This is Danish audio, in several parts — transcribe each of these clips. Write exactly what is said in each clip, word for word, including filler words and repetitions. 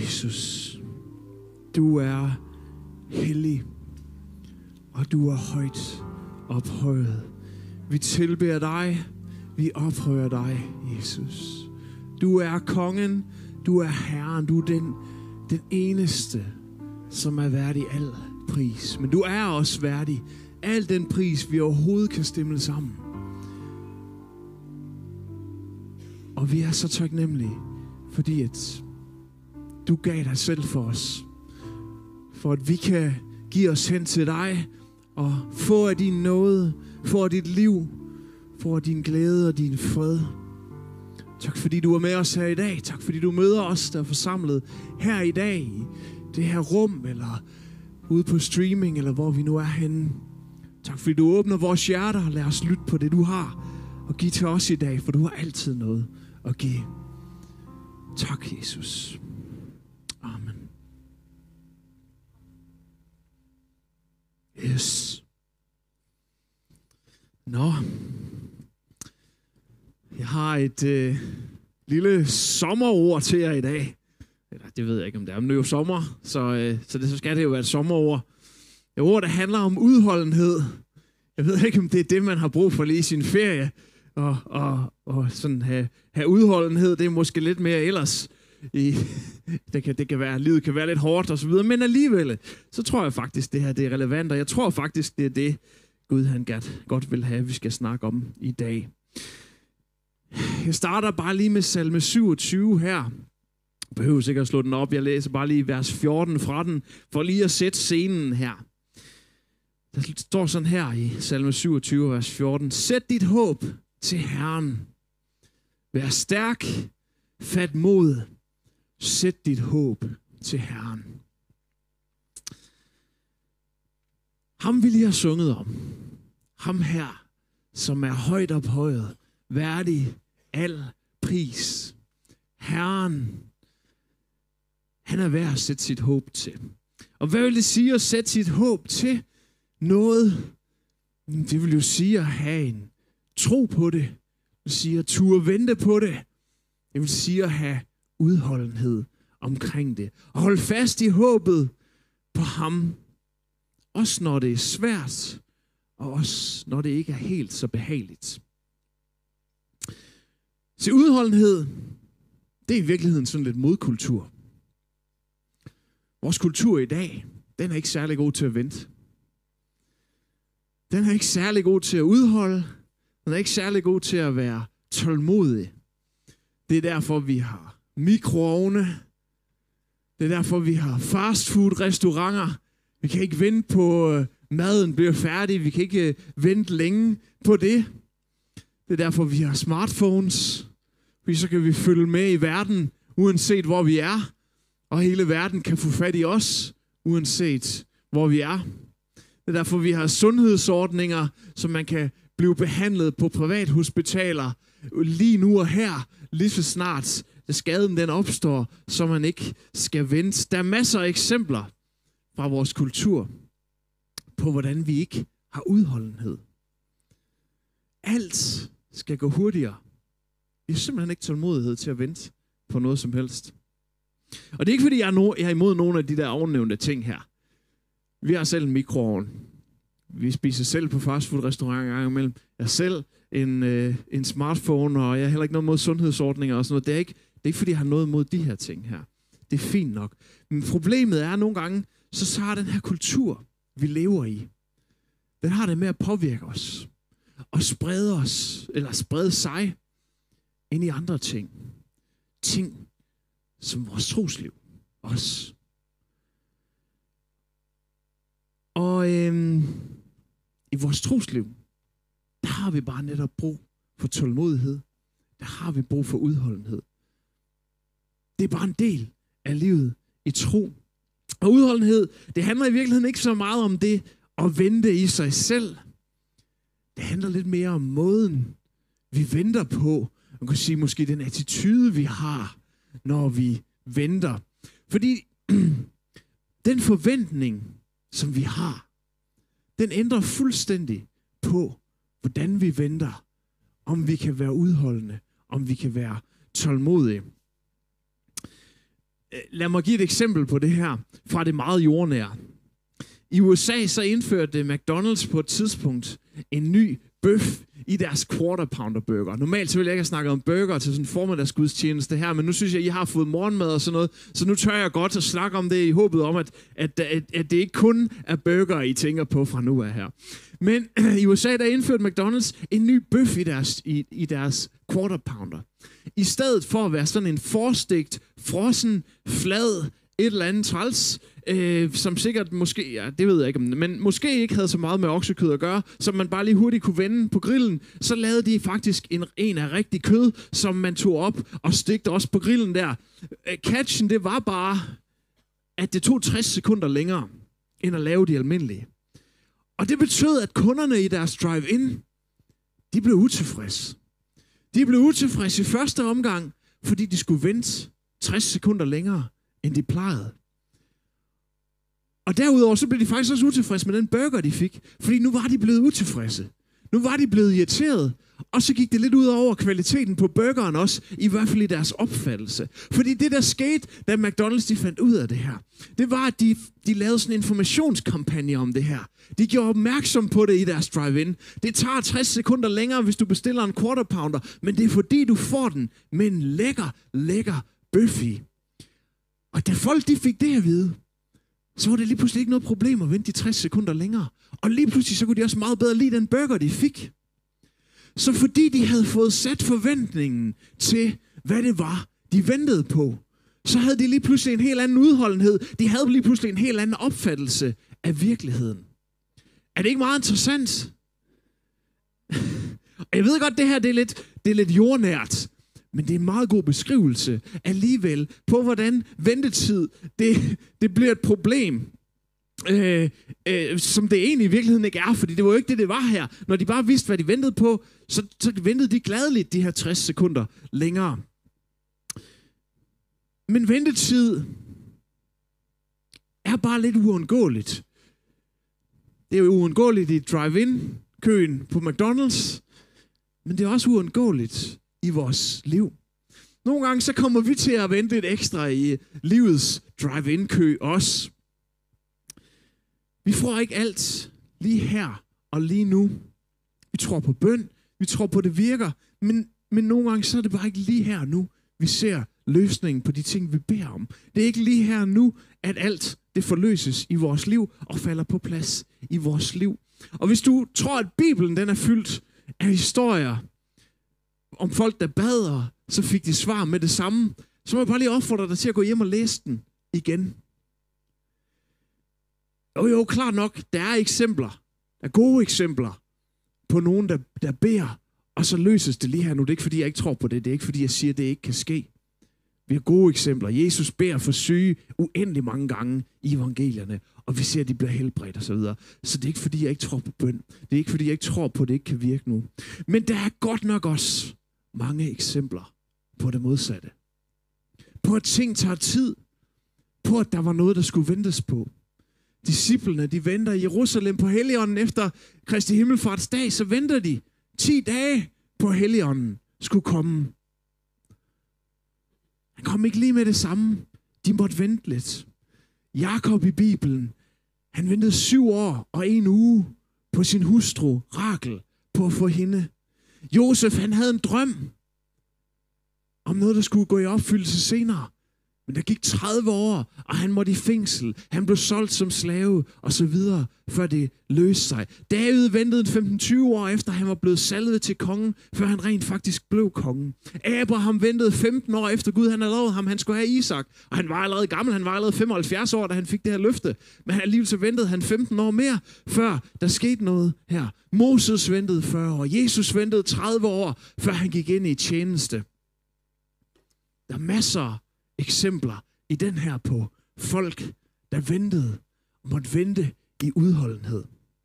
Jesus, du er hellig, og du er højt ophøjet. Vi tilbeder dig, vi ophøjer dig, Jesus. Du er kongen, du er herren, du er den, den eneste, som er værdig al pris. Men du er også værdig al den pris, vi overhovedet kan stemme sammen. Og vi er så taknemmelige, fordi at du gav dig selv for os. For at vi kan give os hen til dig og få af din nåde, få af dit liv, få af din glæde og din fred. Tak fordi du er med os her i dag. Tak fordi du møder os, der er forsamlet her i dag i det her rum, eller ude på streaming, eller hvor vi nu er henne. Tak fordi du åbner vores hjerter og lader os lytte på det, du har og give til os i dag, for du har altid noget at give. Tak, Jesus. Amen. Yes. Nå. Jeg har et øh, lille sommerord til jer i dag. Eller, det ved jeg ikke, om det er. Men det er jo sommer, så, øh, så, det, så skal det jo være et sommerord. Et ord, der handler om udholdenhed. Jeg ved ikke, om det er det, man har brug for lige i sin ferie. Og, og, og sådan have, have udholdenhed, det er måske lidt mere ellers. I, det, kan, det kan være, livet kan være lidt hårdt og så videre. Men alligevel, så tror jeg faktisk, det her det er relevant. Og jeg tror faktisk, det er det, Gud han godt, godt vil have, vi skal snakke om i dag. Jeg starter bare lige med salme syvogtyve her. Jeg behøver sikkert at slå den op. Jeg læser bare lige vers fjorten fra den, for lige at sætte scenen her. Der står sådan her i salme syvogtyve, vers fjorten. Sæt dit håb til Herren. Vær stærk, fat mod. Sæt dit håb til Herren. Ham vil jeg have sunget om. Ham her, som er højt ophøjet, værdig al pris. Herren, han er værd at sætte sit håb til. Og hvad vil det sige at sætte sit håb til? Noget, det vil jo sige at have en tro på det. Det vil sige at turde vente på det. Det vil sige at have udholdenhed omkring det. Og holde fast i håbet på ham. Også når det er svært, og også når det ikke er helt så behageligt. Så udholdenhed, det er i virkeligheden sådan lidt modkultur. Vores kultur i dag, den er ikke særlig god til at vente. Den er ikke særlig god til at udholde. Den er ikke særlig god til at være tålmodig. Det er derfor, vi har mikroovne. Det er derfor, vi har fastfood-restauranter. Vi kan ikke vente på, at maden bliver færdig. Vi kan ikke vente længe på det. Det er derfor, vi har smartphones. Fordi så kan vi følge med i verden, uanset hvor vi er. Og hele verden kan få fat i os, uanset hvor vi er. Det er derfor, vi har sundhedsordninger, så man kan blive behandlet på privathospitaler lige nu og her, lige så snart skaden den opstår, så man ikke skal vente. Der er masser af eksempler fra vores kultur på, hvordan vi ikke har udholdenhed. Alt skal gå hurtigere. Vi har simpelthen ikke tålmodighed til at vente på noget som helst. Og det er ikke, fordi jeg er, no- jeg er imod nogle af de der ovennævnte ting her. Vi har selv en mikroovn. Vi spiser selv på fastfood-restauranter en gang imellem. Jeg har selv en, øh, en smartphone, og jeg har heller ikke noget mod sundhedsordninger og sådan noget. Det er ikke, det er ikke fordi jeg har noget mod de her ting her. Det er fint nok. Men problemet er nogle gange, så, så har den her kultur, vi lever i, den har det med at påvirke os. Og sprede os, eller sprede sig ind i andre ting. Ting som vores trosliv også. Og øhm, i vores trosliv, der har vi bare netop brug for tålmodighed. Der har vi brug for udholdenhed. Det er bare en del af livet i tro. Og udholdenhed, det handler i virkeligheden ikke så meget om det at vente i sig selv. Det handler lidt mere om måden, vi venter på. Man kan sige måske den attitude, vi har, når vi venter. Fordi den forventning, som vi har, den ændrer fuldstændig på, hvordan vi venter. Om vi kan være udholdende, om vi kan være tålmodige. lad mig give et eksempel på det her, fra det meget jordnære. I U S A så indførte McDonald's på et tidspunkt en ny bøf i deres quarter pounder burger. Normalt så vil jeg ikke have snakket om burger til sådan en formiddagsgudstjeneste her, men nu synes jeg, I har fået morgenmad og sådan noget, så nu tør jeg godt at snakke om det i håbet om, at, at, at, at det ikke kun er burger, I tænker på fra nu af her. Men i U S A der indførte McDonald's en ny bøf i deres, i, i deres quarter pounder. I stedet for at være sådan en forstegt, frossen, flad, et eller andet træls, øh, som sikkert måske, ja, det ved jeg ikke, men måske ikke havde så meget med oksekød at gøre, som man bare lige hurtigt kunne vende på grillen, så lavede de faktisk en, en af rigtig kød, som man tog op og stegte også på grillen der. Catchen, det var bare, at det tog tres sekunder længere, end at lave de almindelige. Og det betød, at kunderne i deres drive-in, de blev utilfredse. De blev utilfredse i første omgang, fordi de skulle vente tres sekunder længere, end de plejede. Og derudover så blev de faktisk også utilfredse med den burger, de fik. Fordi nu var de blevet utilfredse. Nu var de blevet irriteret. Og så gik det lidt ud over kvaliteten på burgeren også, i hvert fald i deres opfattelse. Fordi det, der skete, da McDonald's de fandt ud af det her, det var, at de, de lavede sådan en informationskampagne om det her. De gjorde opmærksom på det i deres drive-in. Det tager tres sekunder længere, hvis du bestiller en quarter pounder, men det er fordi, du får den med en lækker, lækker bøf i. Og da folk de fik det at vide, så var det lige pludselig ikke noget problem at vente de tres sekunder længere. Og lige pludselig så kunne de også meget bedre lide den burger, de fik. Så fordi de havde fået sat forventningen til, hvad det var, de ventede på, så havde de lige pludselig en helt anden udholdenhed. De havde lige pludselig en helt anden opfattelse af virkeligheden. Er det ikke meget interessant? Jeg ved godt, det her det er lidt, det er lidt jordnært. Men det er en meget god beskrivelse alligevel på, hvordan ventetid, det, det bliver et problem, øh, øh, som det egentlig i virkeligheden ikke er, fordi det var jo ikke det, det var her. Når de bare vidste, hvad de ventede på, så, så ventede de gladeligt de her tres sekunder længere. Men ventetid er bare lidt uundgåeligt. Det er jo uundgåeligt i drive-in-køen på McDonald's, men det er også uundgåeligt i vores liv. Nogle gange så kommer vi til at vente lidt ekstra i livets drive-in-kø også. Vi får ikke alt lige her og lige nu. Vi tror på bøn, vi tror på, det virker, men, men nogle gange så er det bare ikke lige her og nu, vi ser løsningen på de ting, vi beder om. Det er ikke lige her og nu, at alt det forløses i vores liv og falder på plads i vores liv. Og hvis du tror, at Bibelen den er fyldt af historier om folk, der bad, så fik de svar med det samme, så må jeg bare lige opfordre dig til at gå hjem og læse den igen. Og jo, klart nok, der er eksempler, der er gode eksempler på nogen, der, der beder, og så løses det lige her nu. Det er ikke, fordi jeg ikke tror på det. Det er ikke, fordi jeg siger, at det ikke kan ske. Vi har gode eksempler. Jesus beder for syge uendelig mange gange i evangelierne, og vi ser, at de bliver helbredt og så videre. Så det er ikke, fordi jeg ikke tror på bøn. Det er ikke, fordi jeg ikke tror på, at det ikke kan virke nu. Men der er godt nok også mange eksempler på det modsatte. På at ting tager tid. På at der var noget, der skulle ventes på. Disciplene, de venter i Jerusalem på Helligånden efter Kristi Himmelfartsdag, så venter de ti dage på Helligånden skulle komme. Han kom ikke lige med det samme. De måtte vente lidt. Jakob i Bibelen, han ventede syv år og en uge på sin hustru, Rakel, på at få hende. Josef, han havde en drøm om noget, der skulle gå i opfyldelse senere. Men der gik tredive år, og han måtte i fængsel. Han blev solgt som slave, og så videre, før det løste sig. David ventede femten til tyve år efter, han var blevet salvet til kongen, før han rent faktisk blev kongen. Abraham ventede femten år efter Gud, han havde lovet ham, han skulle have Isak. Og han var allerede gammel, han var allerede femoghalvfjerds år, da han fik det her løfte. Men alligevel så ventede han femten år mere, før der skete noget her. Moses ventede fyrre år, Jesus ventede tredive år, før han gik ind i tjeneste. Der er masser eksempler i den her på folk, der ventede og måtte vente i udholdenhed.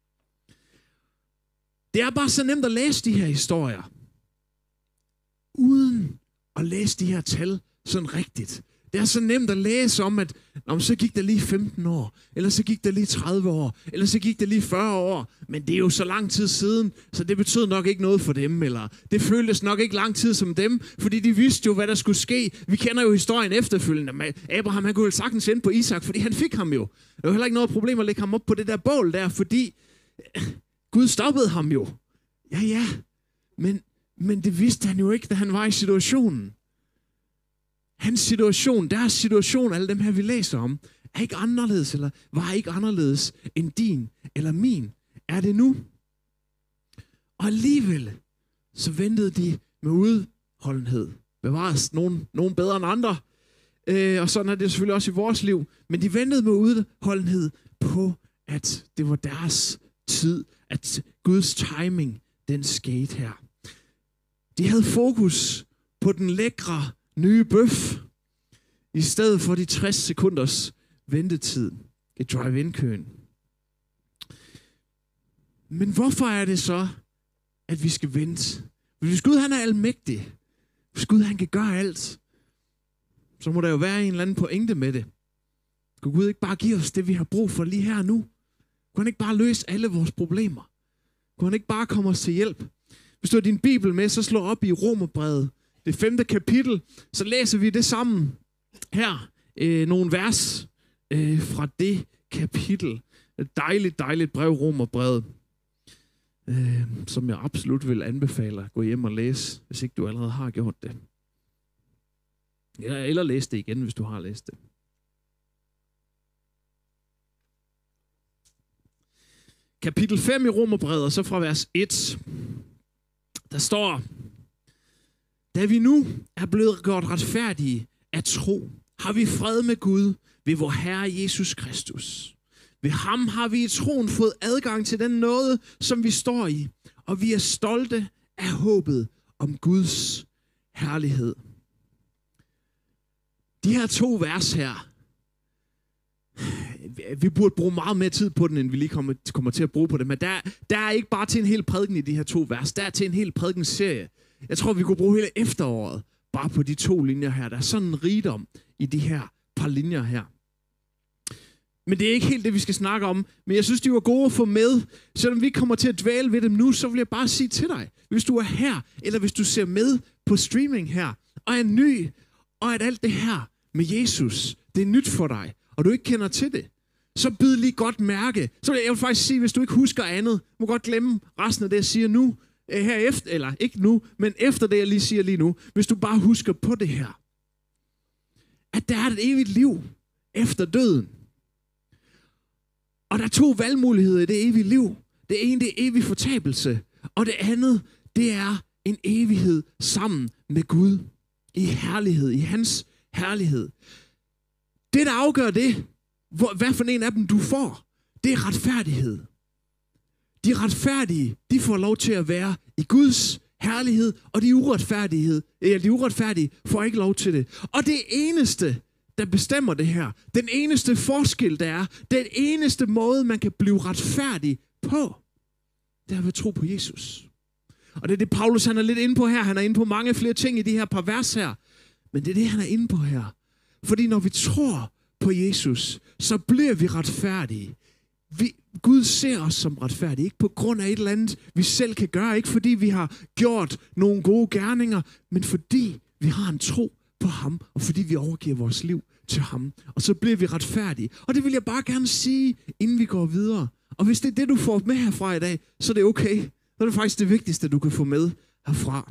Det er bare så nemt at læse de her historier, uden at læse de her tal sådan rigtigt. Det er så nemt at læse om, at om, så gik der lige femten år, eller så gik der lige tredive år, eller så gik der lige fyrre år, men det er jo så lang tid siden, så det betød nok ikke noget for dem, eller det føltes nok ikke lang tid som dem, fordi de vidste jo, hvad der skulle ske. Vi kender jo historien efterfølgende. Abraham, han kunne jo sagtens vente på Isak, fordi han fik ham jo. Det var heller ikke noget problem at lægge ham op på det der bål der, fordi Gud stoppede ham jo. Ja, ja, men, men det vidste han jo ikke, da han var i situationen. Hans situation, deres situation, alle dem her, vi læser om, er ikke anderledes, eller var ikke anderledes end din eller min. Er det nu? Og alligevel, så ventede de med udholdenhed. Bevares nogen, nogen bedre end andre. Øh, og sådan er det selvfølgelig også i vores liv. Men de ventede med udholdenhed på, at det var deres tid, at Guds timing, den skete her. De havde fokus på den lækre nye bøf, i stedet for de tres sekunders ventetid i drive-in-køen. Men hvorfor er det så, at vi skal vente? Hvis Gud han er almægtig, hvis Gud han kan gøre alt, så må der jo være en eller anden pointe med det. Kunne Gud ikke bare give os det, vi har brug for lige her og nu? Kunne han ikke bare løse alle vores problemer? Kunne han ikke bare komme os til hjælp? Hvis du har din bibel med, så slå op i Romerbrevet, det femte kapitel, så læser vi det sammen her. Øh, nogle vers øh, fra det kapitel. Et dejligt, dejligt brev, Romerbrevet, øh, som jeg absolut vil anbefale at gå hjem og læse, hvis ikke du allerede har gjort det. Eller, eller læs det igen, hvis du har læst det. Kapitel fem i Romerbrevet, og så fra vers et. Der står: da vi nu er blevet gjort retfærdige af tro, har vi fred med Gud ved vor Herre Jesus Kristus. Ved ham har vi i troen fået adgang til den nåde, som vi står i, og vi er stolte af håbet om Guds herlighed. De her to vers her, vi burde bruge meget mere tid på den, end vi lige kommer, kommer til at bruge på det, men der, der er ikke bare til en hel prædiken i de her to vers, der er til en hel prædikenserie. Jeg tror, vi kunne bruge hele efteråret bare på de to linjer her. Der er sådan en rigdom i de her par linjer her. Men det er ikke helt det, vi skal snakke om. Men jeg synes, de var gode at få med. Selvom vi kommer til at dvæle ved dem nu, så vil jeg bare sige til dig, hvis du er her, eller hvis du ser med på streaming her, og er ny, og at alt det her med Jesus, det er nyt for dig, og du ikke kender til det, så bid lige godt mærke. Så vil jeg, jeg vil faktisk sige, hvis du ikke husker andet, må godt glemme resten af det, jeg siger nu, her efter, eller ikke nu, men efter det, jeg lige siger lige nu, hvis du bare husker på det her, at der er et evigt liv efter døden. Og der er to valgmuligheder i det evige liv. Det ene, det er evig fortabelse, og det andet, det er en evighed sammen med Gud i herlighed, i hans herlighed. Det, der afgør det, hvor, hvad for en af dem du får, det er retfærdighed. De retfærdige, de får lov til at være i Guds herlighed, og de uretfærdighed, eller de uretfærdige får ikke lov til det. Og det eneste, der bestemmer det her, den eneste forskel, der er, den eneste måde, man kan blive retfærdig på, det er ved at tro på Jesus. Og det er det, Paulus han er lidt inde på her. Han er inde på mange flere ting i de her par vers her. Men det er det, han er inde på her. Fordi når vi tror på Jesus, så bliver vi retfærdige. Vi, Gud ser os som retfærdige, ikke på grund af et eller andet, vi selv kan gøre, ikke fordi vi har gjort nogle gode gerninger, men fordi vi har en tro på ham, og fordi vi overgiver vores liv til ham. Og så bliver vi retfærdige. Og det vil jeg bare gerne sige, inden vi går videre. Og hvis det er det, du får med herfra i dag, så er det okay. Så er det faktisk det vigtigste, du kan få med herfra.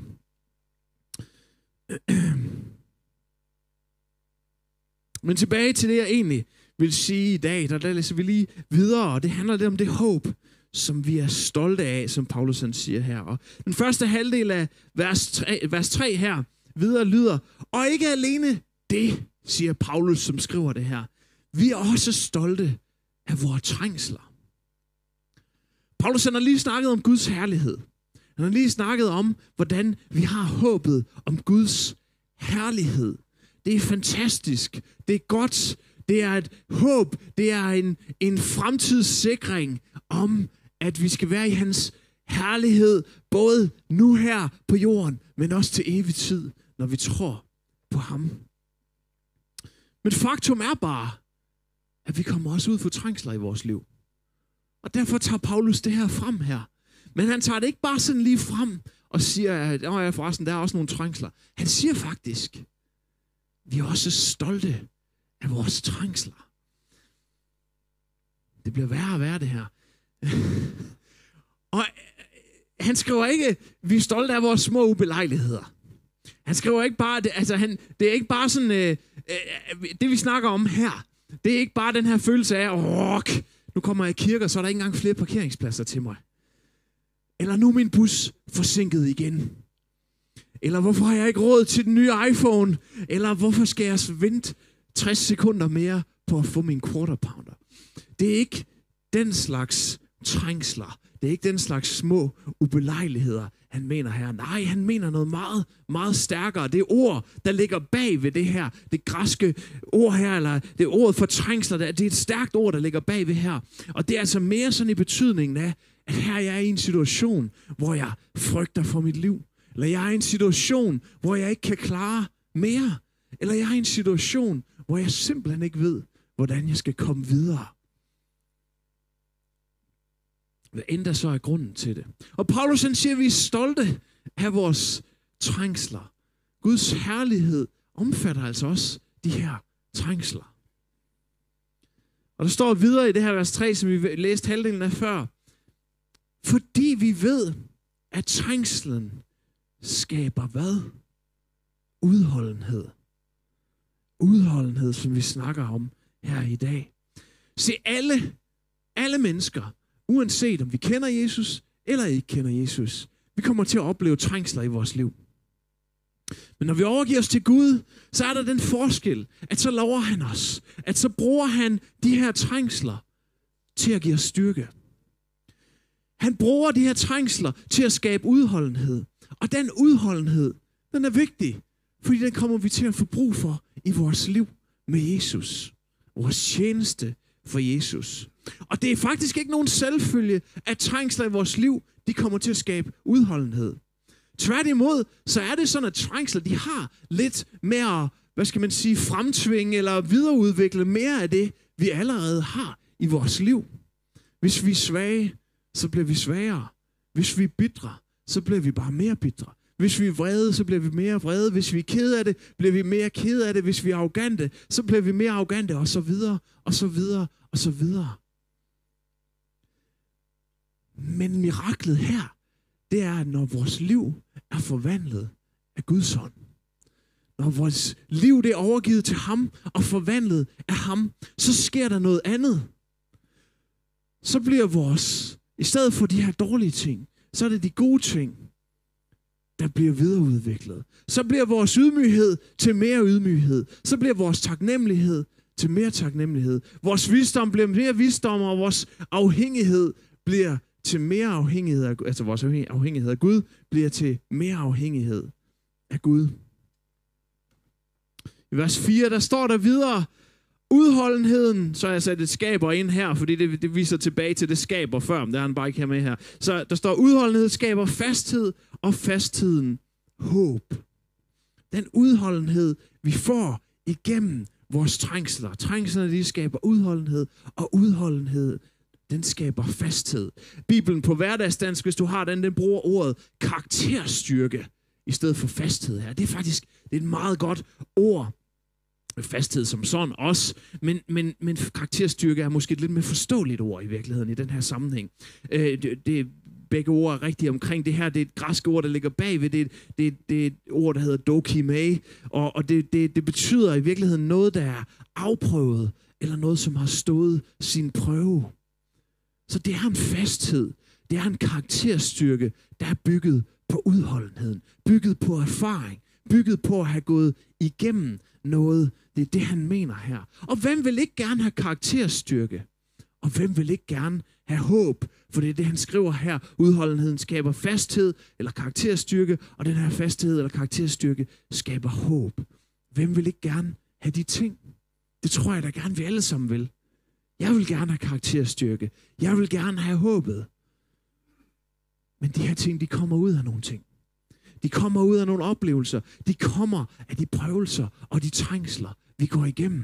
Men tilbage til det, jeg egentlig vil sige i dag, der, der læser vi lige videre, og det handler lidt om det håb, som vi er stolte af, som Paulus han siger her. Og den første halvdel af vers tre, vers tre her, videre lyder, og ikke alene det, siger Paulus, som skriver det her. Vi er også stolte af vores trængsler. Paulus han har lige snakket om Guds herlighed. Han har lige snakket om, hvordan vi har håbet om Guds herlighed. Det er fantastisk. Det er godt. Det er et håb. Det er en, en fremtidssikring om, at vi skal være i hans herlighed, både nu her på jorden, men også til evig tid, når vi tror på ham. Men faktum er bare, at vi kommer også ud for trængsler i vores liv. Og derfor tager Paulus det her frem her. Men han tager det ikke bare sådan lige frem og siger, at oh ja, forresten, der er også nogle trængsler. Han siger faktisk, vi er også stolte af vores trængsler. Det bliver værre og værre det her. Og han skriver ikke, vi er stolte af vores små ubelejligheder. Han skriver ikke bare, det, altså han, det er ikke bare sådan, øh, øh, det vi snakker om her, det er ikke bare den her følelse af, åh, nu kommer jeg i kirke, og så er der ikke engang flere parkeringspladser til mig. Eller nu er min bus forsinket igen. Eller hvorfor har jeg ikke råd til den nye iPhone? Eller hvorfor skal jeg vente tres sekunder mere på at få min quarter pounder? Det er ikke den slags trængsler. Det er ikke den slags små ubelejligheder, han mener her. Nej, han mener noget meget, meget stærkere. Det er ord, der ligger bag ved det her. Det græske ord her, eller det er ordet for trængsler, det er et stærkt ord, der ligger bag ved her. Og det er altså mere sådan i betydningen af, at her jeg er i en situation, hvor jeg frygter for mit liv. Eller jeg er i en situation, hvor jeg ikke kan klare mere. Eller jeg er i en situation, hvor jeg simpelthen ikke ved, hvordan jeg skal komme videre. Hvad end der så er grunden til det. Og Paulus han siger, at vi er stolte af vores trængsler. Guds herlighed omfatter altså også de her trængsler. Og der står videre i det her vers tre, som vi læste halvdelen af før. Fordi vi ved, at trængslen skaber hvad? Udholdenhed. Udholdenhed, som vi snakker om her i dag. Se, alle, alle mennesker, uanset om vi kender Jesus eller ikke kender Jesus, vi kommer til at opleve trængsler i vores liv. Men når vi overgiver os til Gud, så er der den forskel, at så lover han os, at så bruger han de her trængsler til at give os styrke. Han bruger de her trængsler til at skabe udholdenhed. Og den udholdenhed, den er vigtig, fordi den kommer vi til at få brug for i vores liv med Jesus. Vores tjeneste for Jesus. Og det er faktisk ikke nogen selvfølge, at trængsler i vores liv, de kommer til at skabe udholdenhed. Tværtimod, så er det sådan, at trængsler, de har lidt mere, hvad skal man sige, fremtvinge eller videreudvikle mere af det, vi allerede har i vores liv. Hvis vi er svage, så bliver vi svagere. Hvis vi er bitre, så bliver vi bare mere bitre. Hvis vi er vrede, så bliver vi mere vrede. Hvis vi er kede af det, bliver vi mere kede af det. Hvis vi er arrogante, så bliver vi mere arrogante, og så videre, og så videre, og så videre. Men miraklet her, det er, at når vores liv er forvandlet af Guds hånd, når vores liv det er overgivet til ham og forvandlet af ham, så sker der noget andet. Så bliver vores, i stedet for de her dårlige ting, så er det de gode ting, der bliver videreudviklet. Så bliver vores ydmyghed til mere ydmyghed. Så bliver vores taknemmelighed til mere taknemmelighed. Vores visdom bliver mere visdom, og vores afhængighed bliver til mere afhængighed af, altså vores afhængighed af Gud, bliver til mere afhængighed af Gud. I vers fire, der står der videre, udholdenheden, så har jeg sat et skaber ind her, fordi det, det viser tilbage til det skaber før, men det har han bare ikke her med her. Så der står, udholdenhed skaber fasthed, og fastheden håb. Den udholdenhed, vi får igennem vores trængsler. Trængslerne, de skaber udholdenhed, og udholdenhed, den skaber fasthed. Bibelen på hverdagsdansk, hvis du har den, den bruger ordet karakterstyrke i stedet for fasthed her. Det er faktisk det er et meget godt ord. Fasthed som sådan også, men, men, men karakterstyrke er måske et lidt mere forståeligt ord i virkeligheden i den her sammenhæng. Øh, det, det begge ord er rigtige omkring det her. Det er et græsk ord, der ligger bagved. Det er, det, det er et ord, der hedder dokimai, og, og det, det, det betyder i virkeligheden noget, der er afprøvet, eller noget, som har stået sin prøve. Så det er en fasthed. Det er en karakterstyrke, der er bygget på udholdenheden, bygget på erfaring, bygget på at have gået igennem noget. Det er det, han mener her. Og hvem vil ikke gerne have karakterstyrke? Og hvem vil ikke gerne have håb? For det er det, han skriver her. Udholdenheden skaber fasthed eller karakterstyrke, og den her fasthed eller karakterstyrke skaber håb. Hvem vil ikke gerne have de ting? Det tror jeg da gerne, vi alle sammen vil. Jeg vil gerne have karakterstyrke. Jeg vil gerne have håbet. Men de her ting, de kommer ud af nogle ting. De kommer ud af nogle oplevelser. De kommer af de prøvelser og de trængsler, vi går igennem.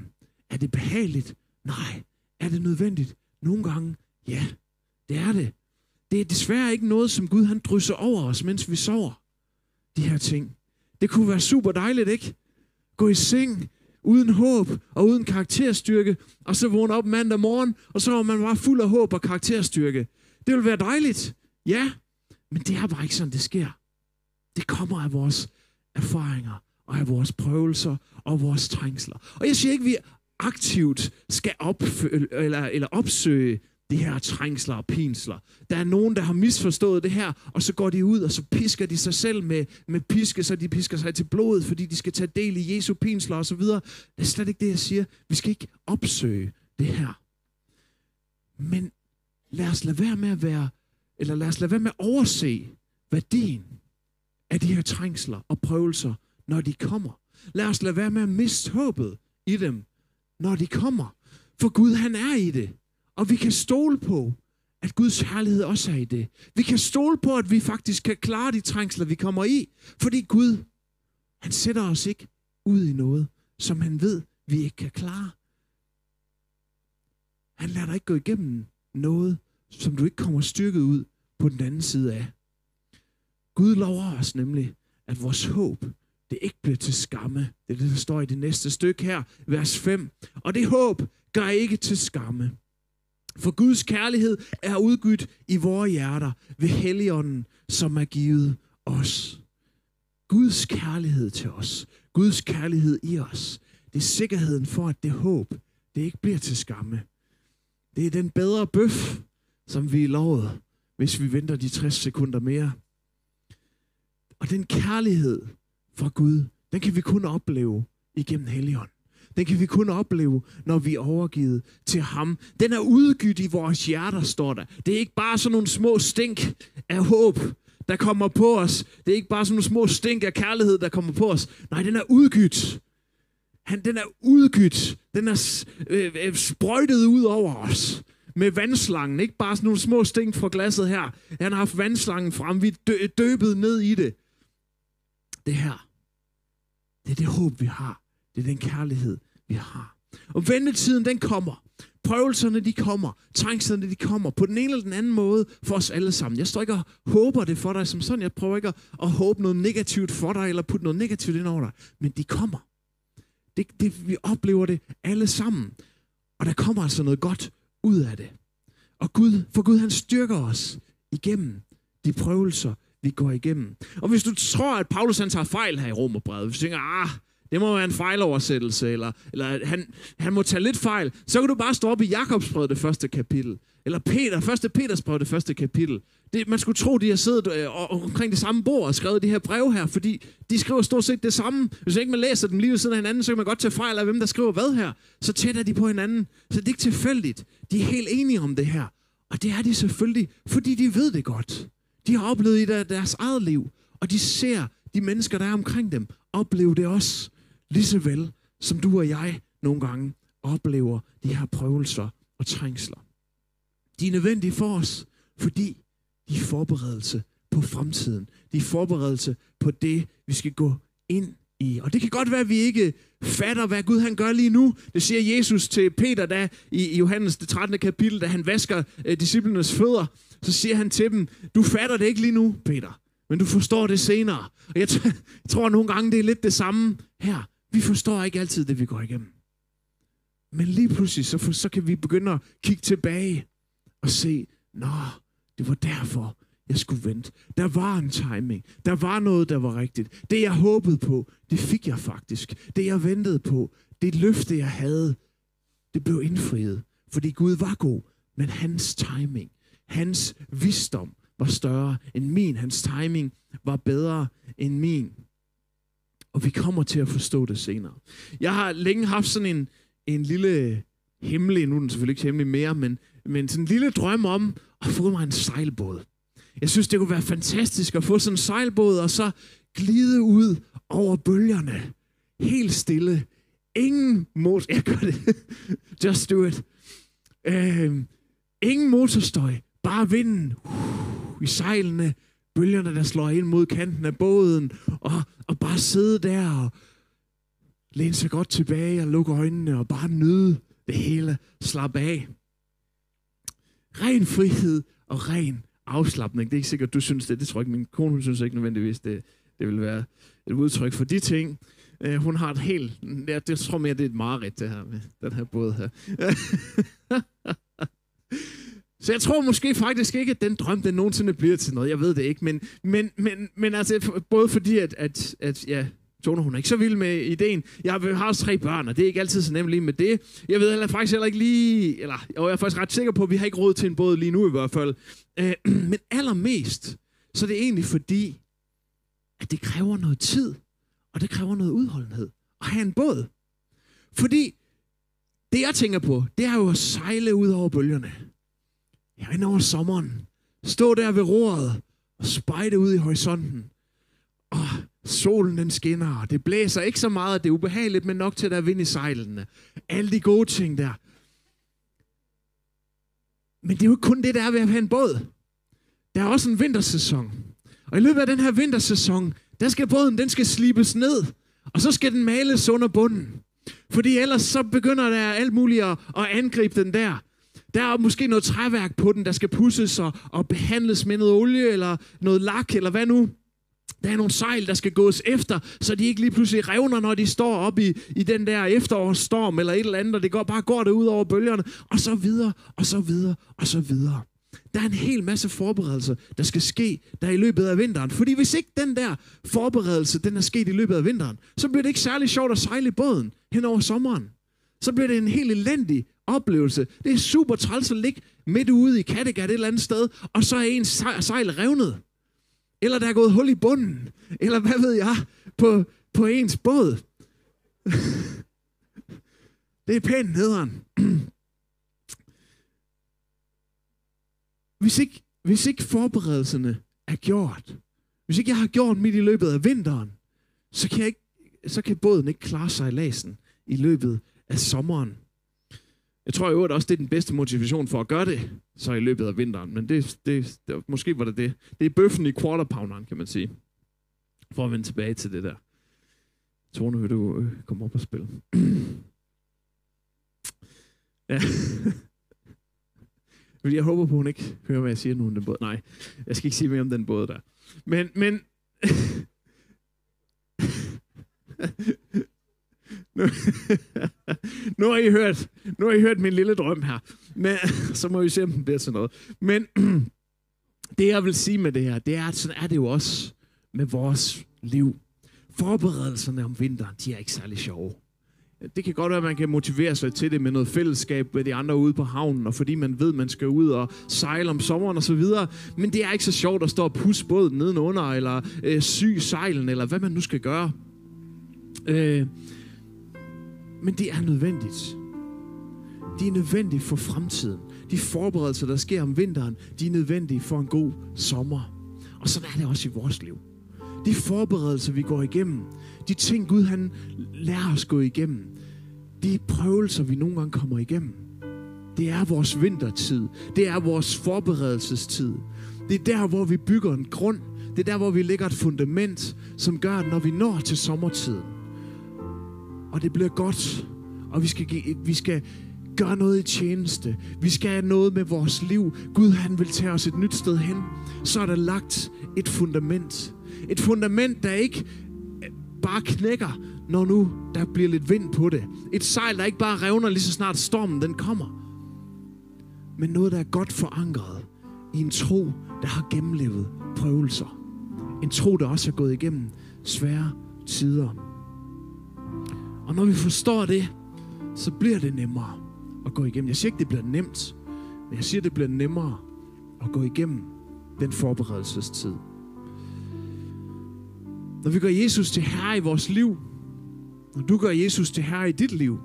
Er det behageligt? Nej. Er det nødvendigt? Nogle gange, ja, det er det. Det er desværre ikke noget, som Gud han drysser over os, mens vi sover. De her ting. Det kunne være super dejligt, ikke? Gå i seng uden håb og uden karakterstyrke, og så vågne op mandag morgen, og så var man bare fuld af håb og karakterstyrke. Det vil være dejligt, ja, men det er bare ikke sådan, det sker. Det kommer af vores erfaringer, og af vores prøvelser, og vores trængsler. Og jeg siger ikke, at vi aktivt skal opfø- eller, eller opsøge de her trængsler og pinsler. Der er nogen, der har misforstået det her, og så går de ud, og så pisker de sig selv med, med piske, så de pisker sig til blodet, fordi de skal tage del i Jesu pinsler og så videre. Det er slet ikke det, jeg siger. Vi skal ikke opsøge det her. Men lad os lade være med at være, eller lad os lade være med at overse værdien af de her trængsler og prøvelser, når de kommer. Lad os lade være med at miste håbet i dem, når de kommer. For Gud, han er i det. Og vi kan stole på, at Guds herlighed også er i det. Vi kan stole på, at vi faktisk kan klare de trængsler, vi kommer i. Fordi Gud, han sætter os ikke ud i noget, som han ved, vi ikke kan klare. Han lader dig ikke gå igennem noget, som du ikke kommer styrket ud på den anden side af. Gud lover os nemlig, at vores håb, det ikke bliver til skamme. Det er det, der står i det næste stykke her, vers fem. Og det håb gør ikke til skamme. For Guds kærlighed er udgydt i vores hjerter ved Helligånden, som er givet os. Guds kærlighed til os. Guds kærlighed i os. Det er sikkerheden for, at det håb, det ikke bliver til skamme. Det er den bedre bøf, som vi er lovet, hvis vi venter de tres sekunder mere. Og den kærlighed fra Gud, den kan vi kun opleve igennem Helligånden. Den kan vi kun opleve, når vi er overgivet til ham. Den er udgydt i vores hjerter, står der. Det er ikke bare sådan nogle små stink af håb, der kommer på os. Det er ikke bare sådan nogle små stink af kærlighed, der kommer på os. Nej, den er udgydt. Han, den er udgydt. Den er øh, øh, sprøjtet ud over os med vandslangen. Ikke bare sådan nogle små stink fra glasset her. Han har haft vandslangen frem. Vi er dø- døbet ned i det. Det her, det er det håb, vi har. Det er den kærlighed, vi har. Og ventetiden, den kommer. Prøvelserne, de kommer. Trængslerne, de kommer. På den ene eller den anden måde for os alle sammen. Jeg står ikke og håber det for dig som sådan. Jeg prøver ikke at håbe noget negativt for dig, eller putte noget negativt ind over dig. Men de kommer. Det, det, vi oplever det alle sammen. Og der kommer altså noget godt ud af det. Og Gud, for Gud, han styrker os igennem de prøvelser, vi går igennem. Og hvis du tror, at Paulus han tager fejl her i Romerbrevet, hvis du tænker, ah, det må være en fejloversættelse, eller, eller han, han må tage lidt fejl, så kan du bare stå op i Jakobsbrevet, det første kapitel. Eller Peter, første Petersbrevet, det første kapitel. Det, man skulle tro, de har siddet øh, omkring det samme bord og skrevet de her breve her, fordi de skriver stort set det samme. Hvis ikke man læser dem lige ved siden af hinanden, så kan man godt tage fejl af, hvem der skriver hvad her. Så tæt er de på hinanden. Så det er ikke tilfældigt. De er helt enige om det her. Og det er de selvfølgelig, fordi de ved det godt. De har oplevet i deres eget liv, og de ser de mennesker, der er omkring dem, opleve det også. Lige så vel, som du og jeg nogle gange oplever de her prøvelser og trængsler. De er nødvendige for os, fordi de er forberedelse på fremtiden. De er forberedelse på det, vi skal gå ind i. Og det kan godt være, at vi ikke fatter, hvad Gud han gør lige nu. Det siger Jesus til Peter, da i Johannes det trettende kapitel, da han vasker eh, disciplernes fødder. Så siger han til dem, du fatter det ikke lige nu, Peter, men du forstår det senere. Og jeg, t- jeg tror, at nogle gange, det er lidt det samme her. Vi forstår ikke altid det, vi går igennem. Men lige pludselig, så, for, så kan vi begynde at kigge tilbage og se, nå, det var derfor, jeg skulle vente. Der var en timing. Der var noget, der var rigtigt. Det, jeg håbede på, det fik jeg faktisk. Det, jeg ventede på, det løfte, jeg havde, det blev indfriet. Fordi Gud var god, men hans timing, hans visdom var større end min. Hans timing var bedre end min. Og vi kommer til at forstå det senere. Jeg har længe haft sådan en, en lille hemmelig, nu er den selvfølgelig ikke hemmelig mere, men, men sådan en lille drøm om at få mig en sejlbåd. Jeg synes, det kunne være fantastisk at få sådan en sejlbåd, og så glide ud over bølgerne. Helt stille. Ingen motor... Jeg gør det. Just do it. Øh, ingen motorstøj. Bare vinden. Uh, I sejlene. Bølgerne, der slår ind mod kanten af båden. Og, og bare sidde der og, læne sig godt tilbage og lukke øjnene og bare nyde det hele. Slap af. Ren frihed og ren afslapning. Det er ikke sikkert, du synes det. Det tror jeg ikke. Min kone hun synes ikke nødvendigvis, det, det vil være et udtryk for de ting. Uh, hun har et helt... Jeg, jeg tror mere, det er et mareridt, det her med den her båd her. Så jeg tror måske faktisk ikke, at den drøm, den nogensinde bliver til noget. Jeg ved det ikke. Men, men, men, men altså, både fordi, at, at, at ja, Tone, hun er ikke så vild med ideen. Jeg har også tre børn, og det er ikke altid så nemt lige med det. Jeg ved heller faktisk heller ikke lige... Eller jeg er faktisk ret sikker på, at vi har ikke råd til en båd lige nu i hvert fald. Uh, men allermest, så er det egentlig fordi, at det kræver noget tid. Og det kræver noget udholdenhed at have en båd. Fordi det, jeg tænker på, det er jo at sejle ud over bølgerne. Ja, ind over sommeren. Stå der ved roret og spejde ud i horisonten. Og solen den skinner, og det blæser ikke så meget, at det er ubehageligt, men nok til, at der er vind i sejlene. Alle de gode ting der. Men det er jo ikke kun det, der er ved at have en båd. Der er også en vintersæson. Og i løbet af den her vintersæson, der skal båden, den skal slibes ned, og så skal den males under bunden. Fordi ellers så begynder der alt muligt at, at angribe den der. Der er måske noget træværk på den, der skal pudses og, og behandles med noget olie, eller noget lak, eller hvad nu. Der er nogle sejl, der skal gås efter, så de ikke lige pludselig revner, når de står op i, i den der efterårsstorm, eller et eller andet, og det går, bare går det ud over bølgerne, og så videre, og så videre, og så videre. Der er en hel masse forberedelser, der skal ske der i løbet af vinteren. Fordi hvis ikke den der forberedelse, den er sket i løbet af vinteren, så bliver det ikke særlig sjovt at sejle i båden hen over sommeren. Så bliver det en helt elendig oplevelse. Det er super træls at ligge midt ude i Kattegat et eller andet sted, og så er ens sejl revnet. Eller der er gået hul i bunden. Eller hvad ved jeg, på, på ens båd. Det er pænt nederen. Hvis ikke, hvis ikke forberedelserne er gjort, hvis ikke jeg har gjort mit i løbet af vinteren, så kan, jeg ikke, så kan båden ikke klare sejladsen i løbet af sommeren. Jeg tror jo også, det er den bedste motivation for at gøre det, så i løbet af vinteren. Men det, det, det måske var det det. Det er bøffen i quarterpounderen, kan man sige. For at vende tilbage til det der. Tone, vil du øh, komme op og spille? Ja. Jeg håber på, hun ikke hører, hvad jeg siger nu om den båd. Nej, jeg skal ikke sige mere om den båd der. Men, men... nu, nu, har I hørt, nu har I hørt min lille drøm her. Men, så må vi se, om den bliver til noget. Men det, jeg vil sige med det her, det er, at sådan er det jo også med vores liv. Forberedelserne om vinteren, de er ikke særlig sjove. Det kan godt være, at man kan motivere sig til det med noget fællesskab med de andre ude på havnen, og fordi man ved, at man skal ud og sejle om sommeren og så videre. Men det er ikke så sjovt at stå og pusse båden nedenunder, eller øh, sy sejlen, eller hvad man nu skal gøre. Øh, men det er nødvendigt. De er nødvendige for fremtiden. De forberedelser, der sker om vinteren, de er nødvendige for en god sommer. Og sådan er det også i vores liv. De forberedelser, vi går igennem, de ting, Gud han lærer os gå igennem, de prøvelser, vi nogle gange kommer igennem, det er vores vintertid. Det er vores forberedelsestid. Det er der, hvor vi bygger en grund. Det er der, hvor vi lægger et fundament, som gør, at når vi når til sommertiden, og det bliver godt, og vi skal, vi skal gøre noget i tjeneste, vi skal have noget med vores liv, Gud han vil tage os et nyt sted hen, så er der lagt et fundament. Et fundament, der ikke bare knækker, når nu der bliver lidt vind på det. Et sejl, der ikke bare revner lige så snart stormen den kommer. Men noget, der er godt forankret i en tro, der har gennemlevet prøvelser. En tro, der også er gået igennem svære tider. Og når vi forstår det, så bliver det nemmere at gå igennem. Jeg siger ikke, det bliver nemt, men jeg siger, det bliver nemmere at gå igennem den forberedelsestid. Når vi gør Jesus til herre i vores liv, når du gør Jesus til herre i dit liv,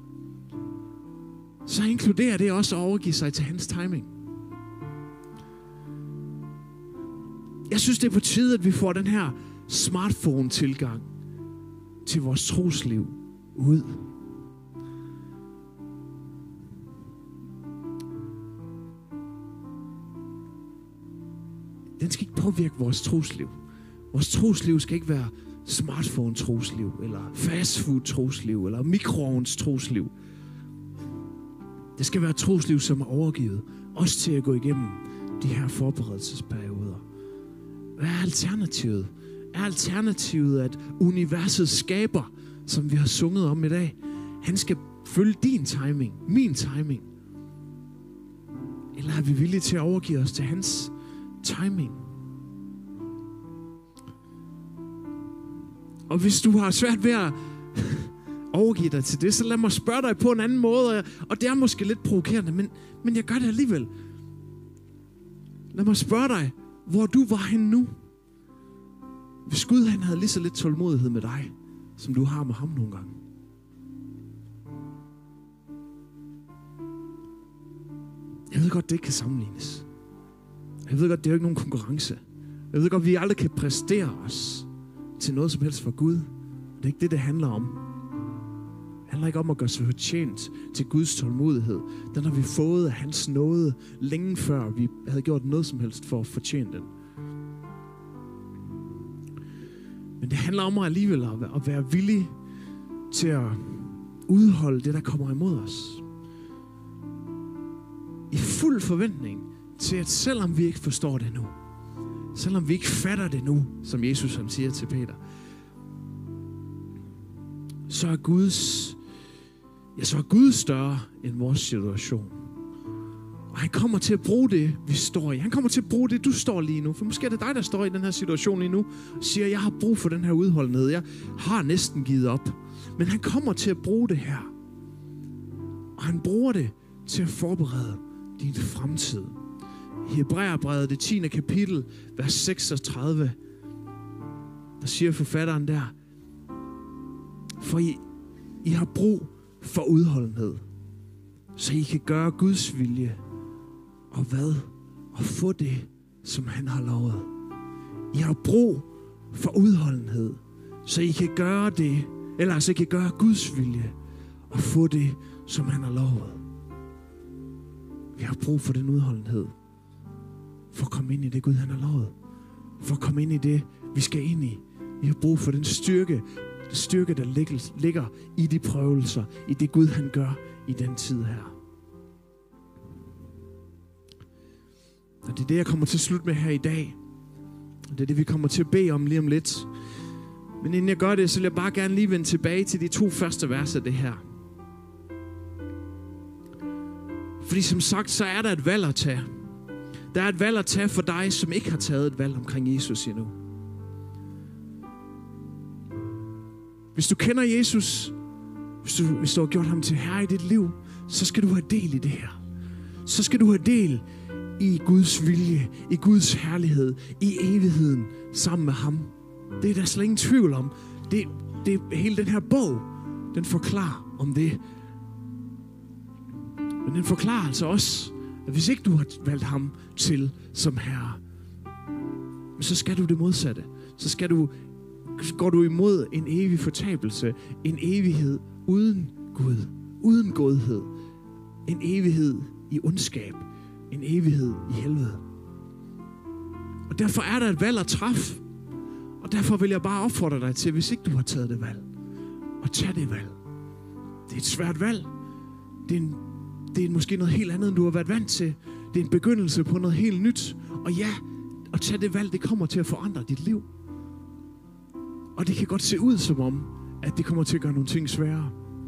så inkluderer det også at overgive sig til hans timing. Jeg synes, det er på tide, at vi får den her smartphone-tilgang til vores trosliv ud. Den skal ikke påvirke vores trosliv. Vores trosliv skal ikke være smartphone-trosliv, eller fastfood-trosliv, eller mikroovns-trosliv. Det skal være et trosliv, som er overgivet, også til at gå igennem de her forberedelsesperioder. Hvad er alternativet? Er alternativet, at universets skaber, som vi har sunget om i dag, han skal følge din timing, min timing? Eller er vi villige til at overgive os til hans timing? Og hvis du har svært ved at overgive dig til det, så lad mig spørge dig på en anden måde. Og det er måske lidt provokerende, men, men jeg gør det alligevel. Lad mig spørge dig, hvor du var henne nu. Hvis Gud han havde lige så lidt tålmodighed med dig, som du har med ham nogle gange. Jeg ved godt, det ikke kan sammenlignes. Jeg ved godt, det er jo ikke nogen konkurrence. Jeg ved godt, vi aldrig kan præstere os til noget som helst for Gud. Det er ikke det, det handler om. Det handler ikke om at gøre sig fortjent til Guds tålmodighed. Den har vi fået af hans nåde længe før vi havde gjort noget som helst for at fortjene den. Men det handler om at alligevel at være villig til at udholde det, der kommer imod os. I fuld forventning til, at selvom vi ikke forstår det nu, selvom vi ikke fatter det nu, som Jesus han siger til Peter, så er Guds, ja, så er Gud større end vores situation. Og han kommer til at bruge det, vi står i. Han kommer til at bruge det, du står lige nu. For måske er det dig, der står i den her situation lige nu, og siger, jeg har brug for den her udholdenhed. Jeg har næsten givet op. Men han kommer til at bruge det her. Og han bruger det til at forberede din fremtid. I Hebræerbrevet, det tiende kapitel, vers seksogtredive, der siger forfatteren der, for I, I har brug for udholdenhed, så I kan gøre Guds vilje, og hvad? Og få det, som han har lovet. I har brug for udholdenhed, så I kan gøre det, eller så I kan gøre Guds vilje, og få det, som han har lovet. Vi har brug for den udholdenhed, for at komme ind i det, Gud han har lovet. For at komme ind i det, vi skal ind i. Vi har brug for den styrke, den styrke, der ligger, ligger i de prøvelser, i det Gud han gør i den tid her. Og det er det, jeg kommer til at slutte med her i dag. Og det er det, vi kommer til at bede om lige om lidt. Men inden jeg gør det, så vil jeg bare gerne lige vende tilbage til de to første vers af det her. Fordi som sagt, så er der et valg at tage. Der er et valg at tage for dig, som ikke har taget et valg omkring Jesus endnu. Hvis du kender Jesus, hvis du, hvis du har gjort ham til herre i dit liv, så skal du have del i det her. Så skal du have del i Guds vilje, i Guds herlighed, i evigheden sammen med ham. Det er der slet ingen tvivl om. Det, det, hele den her bog, den forklarer om det. Men den forklarer altså også, at hvis ikke du har valgt ham til som herre, så skal du det modsatte. Så skal du, går du imod en evig fortabelse, en evighed uden Gud, uden godhed, en evighed i ondskab, en evighed i helvede. Og derfor er der et valg at træffe. Og derfor vil jeg bare opfordre dig til, hvis ikke du har taget det valg, at tage det valg. Det er et svært valg. Det er, en, det er måske noget helt andet, end du har været vant til. Det er en begyndelse på noget helt nyt. Og ja, at tage det valg, det kommer til at forandre dit liv. Og det kan godt se ud som om, at det kommer til at gøre nogle ting sværere.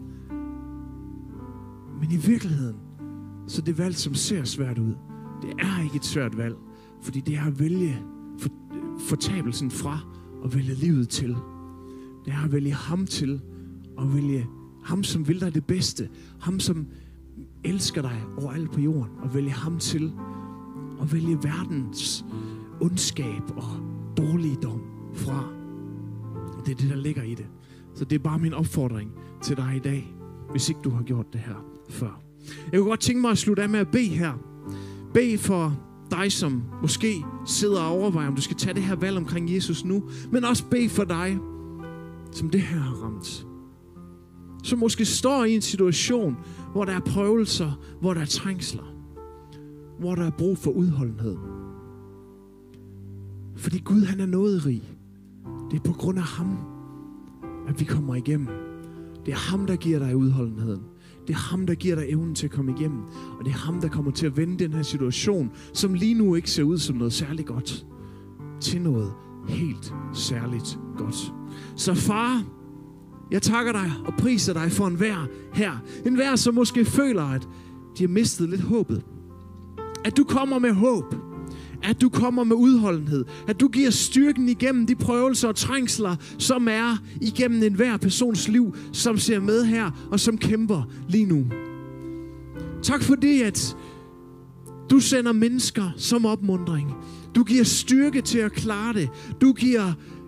Men i virkeligheden, så det valg, som ser svært ud, det er ikke et svært valg. Fordi det er at vælge for, fortabelsen fra og vælge livet til. Det er at vælge ham til og vælge ham, som vil dig det bedste. Ham, som elsker dig overalt på jorden, og vælge ham til og vælge verdens ondskab og dårligdom fra. Og det er det, der ligger i det. Så det er bare min opfordring til dig i dag, hvis ikke du har gjort det her før. Jeg kunne godt tænke mig at slutte af med at bede her. Bed for dig, som måske sidder og overvejer, om du skal tage det her valg omkring Jesus nu, men også bed for dig, som det her har ramt. Som måske står i en situation, hvor der er prøvelser, hvor der er trængsler, hvor der er brug for udholdenhed. Fordi Gud, han er nåderig. Det Det er på grund af ham, at vi kommer igennem. Det er ham, der giver dig udholdenheden. Det er ham, der giver dig evnen til at komme igennem. Og det er ham, der kommer til at vende den her situation, som lige nu ikke ser ud som noget særligt godt, til noget helt særligt godt. Så far, jeg takker dig og priser dig for enhver her. Enhver, som måske føler, at de har mistet lidt håbet. At du kommer med håb. At du kommer med udholdenhed. At du giver styrken igennem de prøvelser og trængsler, som er igennem enhver persons liv, som ser med her og som kæmper lige nu. Tak fordi, at du sender mennesker som opmuntring. Du giver styrke til at klare det. Du giver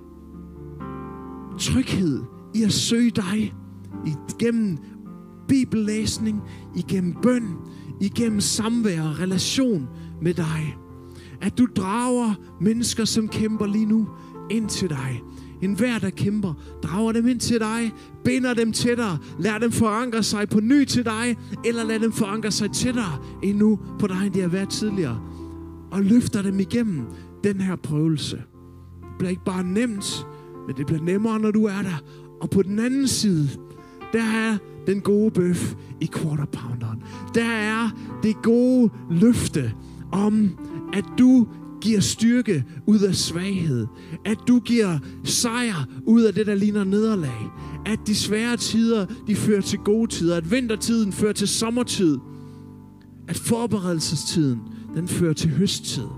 tryghed i at søge dig igennem bibellæsning, igennem bøn, igennem samvær og relation med dig. At du drager mennesker, som kæmper lige nu, ind til dig. En hver, der kæmper, drager dem ind til dig, binder dem tættere, lader dem forankre sig på ny til dig, eller lad dem forankre sig tættere endnu på dig, end de har været tidligere. Og løfter dem igennem den her prøvelse. Det bliver ikke bare nemt, men det bliver nemmere, når du er der. Og på den anden side, der er den gode bøf i quarter pounderen. Der er det gode løfte om, at du giver styrke ud af svaghed. At du giver sejr ud af det, der ligner nederlag. At de svære tider, de fører til gode tider. At vintertiden fører til sommertid. At forberedelsestiden, den fører til høsttid.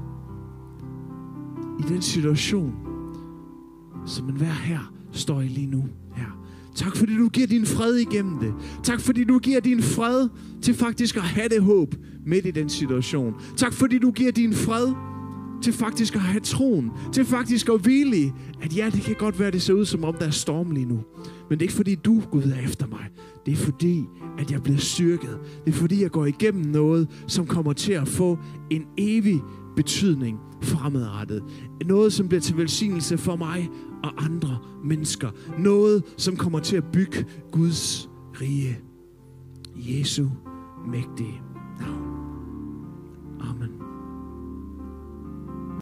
I den situation, som enhver her står i lige nu her. Tak fordi du giver din fred igennem det. Tak fordi du giver din fred til faktisk at have det håb midt i den situation. Tak fordi du giver din fred til faktisk at have troen. Til faktisk at hvile i, at ja, det kan godt være, det ser ud som om der er storm lige nu. Men det er ikke fordi du, Gud, er efter mig. Det er fordi, at jeg bliver styrket. Det er fordi, jeg går igennem noget, som kommer til at få en evig betydning fremadrettet. Noget, som bliver til velsignelse for mig og andre mennesker. Noget, som kommer til at bygge Guds rige. Jesu mægtige